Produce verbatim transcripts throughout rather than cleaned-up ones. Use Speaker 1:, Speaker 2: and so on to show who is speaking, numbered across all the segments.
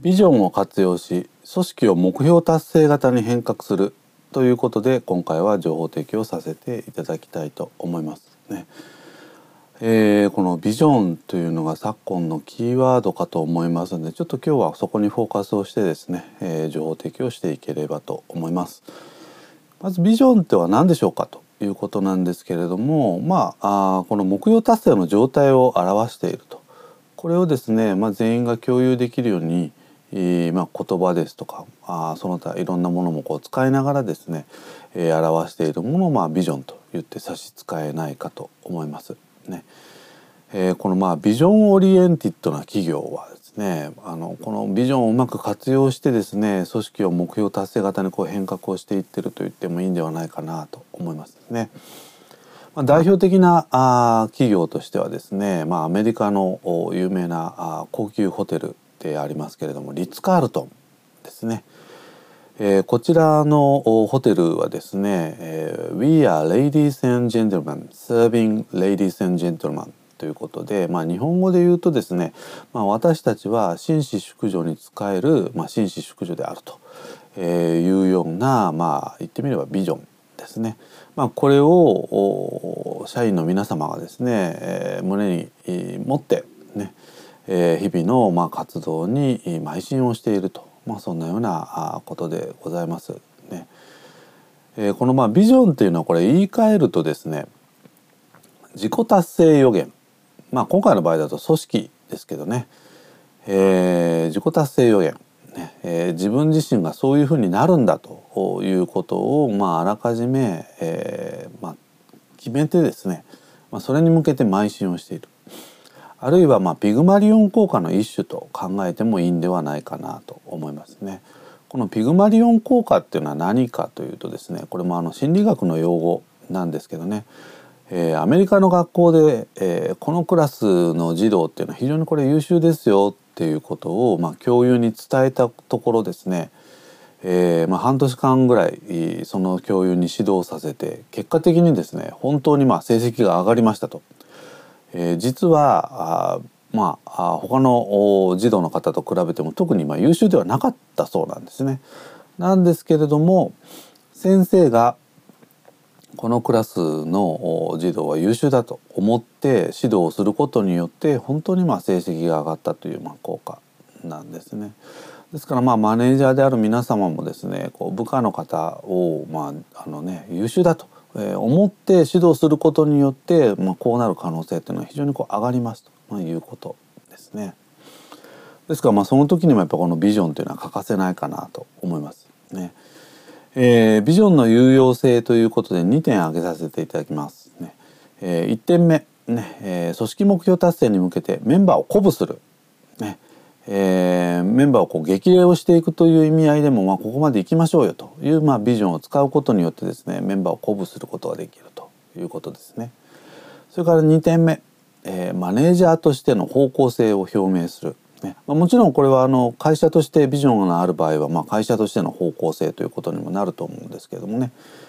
Speaker 1: ビジョンを活用し組織を目標達成型に変革するということで、今回は情報提供させていただきたいと思いますね。えー、このビジョンというのが昨今のキーワードかと思いますので、ちょっと今日はそこにフォーカスをしてですね、えー、情報提供していければと思います。まずビジョンとは何でしょうかということなんですけれども、まあ、あこの目標達成の状態を表していると。これをですね、まあ、全員が共有できるように、えーまあ、言葉ですとかあその他いろんなものもこう使いながらですね、えー、表しているものを、まあ、ビジョンと言って差し支えないかと思いますね。えー、このまあビジョンオリエンティッドな企業はですね、あのこのビジョンをうまく活用してですね、組織を目標達成型にこう変革をしていっていると言ってもいいんではないかなと思いますね。まあ、代表的なあ企業としてはですね、まあ、アメリカの有名なあ高級ホテルでありますけれども、リッツ・カールトンですね。えー、こちらのホテルはですね、えー、We are ladies and gentlemen serving ladies and gentlemen ということで、まあ、日本語で言うとですね、まあ、私たちは紳士淑女に仕える、まあ、紳士淑女であるというような、まあ、言ってみればビジョンですね。まあ、これを社員の皆様がですね、えー、胸に持ってね、えー、日々のまあ活動に邁進をしていると、まあ、そんなようなことでございますね。えー、このまあビジョンというのはこれ言い換えるとですね、自己達成予言、まあ、今回の場合だと組織ですけどね、えー、自己達成予言ね、えー、自分自身がそういうふうになるんだということを、まあ、あらかじめ、えーまあ、決めてですね、まあ、それに向けて邁進をしている。あるいは、まあ、ピグマリオン効果の一種と考えてもいいんではないかなと思いますね。このピグマリオン効果っていうのは何かというとですね、これもあの心理学の用語なんですけどね、えー、アメリカの学校で、えー、このクラスの児童っていうのは非常にこれ優秀ですよっていうことを、まあ、教諭に伝えたところですね、えーまあ、半年間ぐらいその教諭に指導させて、結果的にですね本当にまあ成績が上がりましたと。えー、実はあまあ他の児童の方と比べても特にまあ優秀ではなかったそうなんですね。なんですけれども、先生がこのクラスの児童は優秀だと思って指導をすることによって本当にまあ成績が上がったというまあ効果なんですね。ですからまあマネージャーである皆様もですね、こう部下の方をまああのね優秀だと思って指導することによって、まあ、こうなる可能性というのは非常にこう上がりますということですね。ですからまあその時にもやっぱこのビジョンというのは欠かせないかなと思いますね。えー、ビジョンの有用性ということでにてん挙げさせていただきますね。えー、いってんめ、ねえー、組織目標達成に向けてメンバーを鼓舞する、ねえー、メンバーをこう激励をしていくという意味合いでも、まあ、ここまで行きましょうよという、まあ、ビジョンを使うことによってですね、メンバーを鼓舞することができるということですね。それからにてんめ、えー、マネージャーとしての方向性を表明する。ねまあ、もちろんこれはあの会社としてビジョンがある場合は、まあ、会社としての方向性ということにもなると思うんですけれどもね、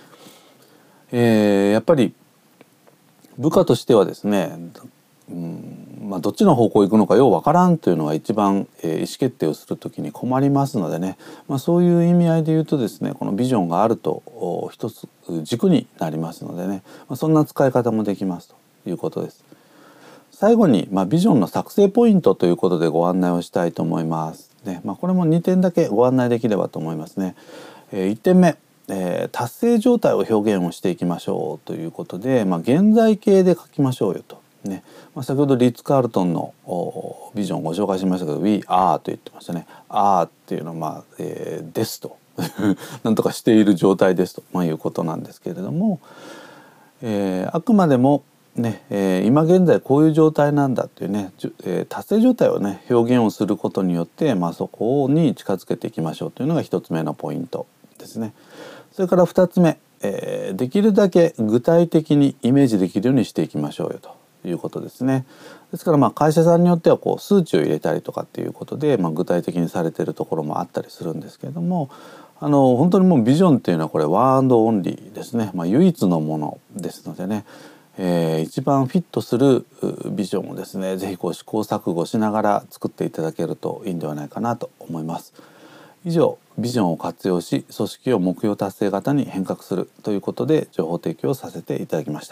Speaker 1: えー、やっぱり部下としてはですね、うんまあ、どっちの方向行くのかようわからんというのが一番、えー、意思決定をするときに困りますのでね、まあ、そういう意味合いで言うとですね、このビジョンがあると一つ軸になりますのでね、まあ、そんな使い方もできますということです。最後に、まあ、ビジョンの作成ポイントということでご案内をしたいと思います。ねまあ、これもにてんだけご案内できればと思いますね。えー、いってんめ、えー、達成状態を表現をしていきましょうということで、まあ、現在形で書きましょうよと。ねまあ、先ほどリッツ・カールトンのビジョンをご紹介しましたけど We are と言ってましたね。are っていうのは、まあえー、ですとなんとかしている状態ですと、まあ、いうことなんですけれども、えー、あくまでもねえー、今現在こういう状態なんだっていうね、えー、達成状態をね表現をすることによって、まあ、そこに近づけていきましょうというのが一つ目のポイントですね。それから二つ目、えー、できるだけ具体的にイメージできるようにしていきましょうよということですね。ですからまあ会社さんによってはこう数値を入れたりとかっていうことで、まあ、具体的にされているところもあったりするんですけれども、あの本当にもうビジョンっていうのはこれワンアンドオンリーですね、まあ、唯一のものですのでね、 えー、一番フィットするビジョンをですね、ぜひこう試行錯誤しながら作っていただけるといいんではないかなと思います。以上、ビジョンを活用し組織を目標達成型に変革するということで情報提供させていただきました。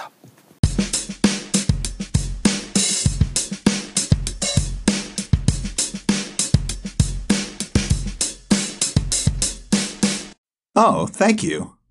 Speaker 2: Oh, thank you.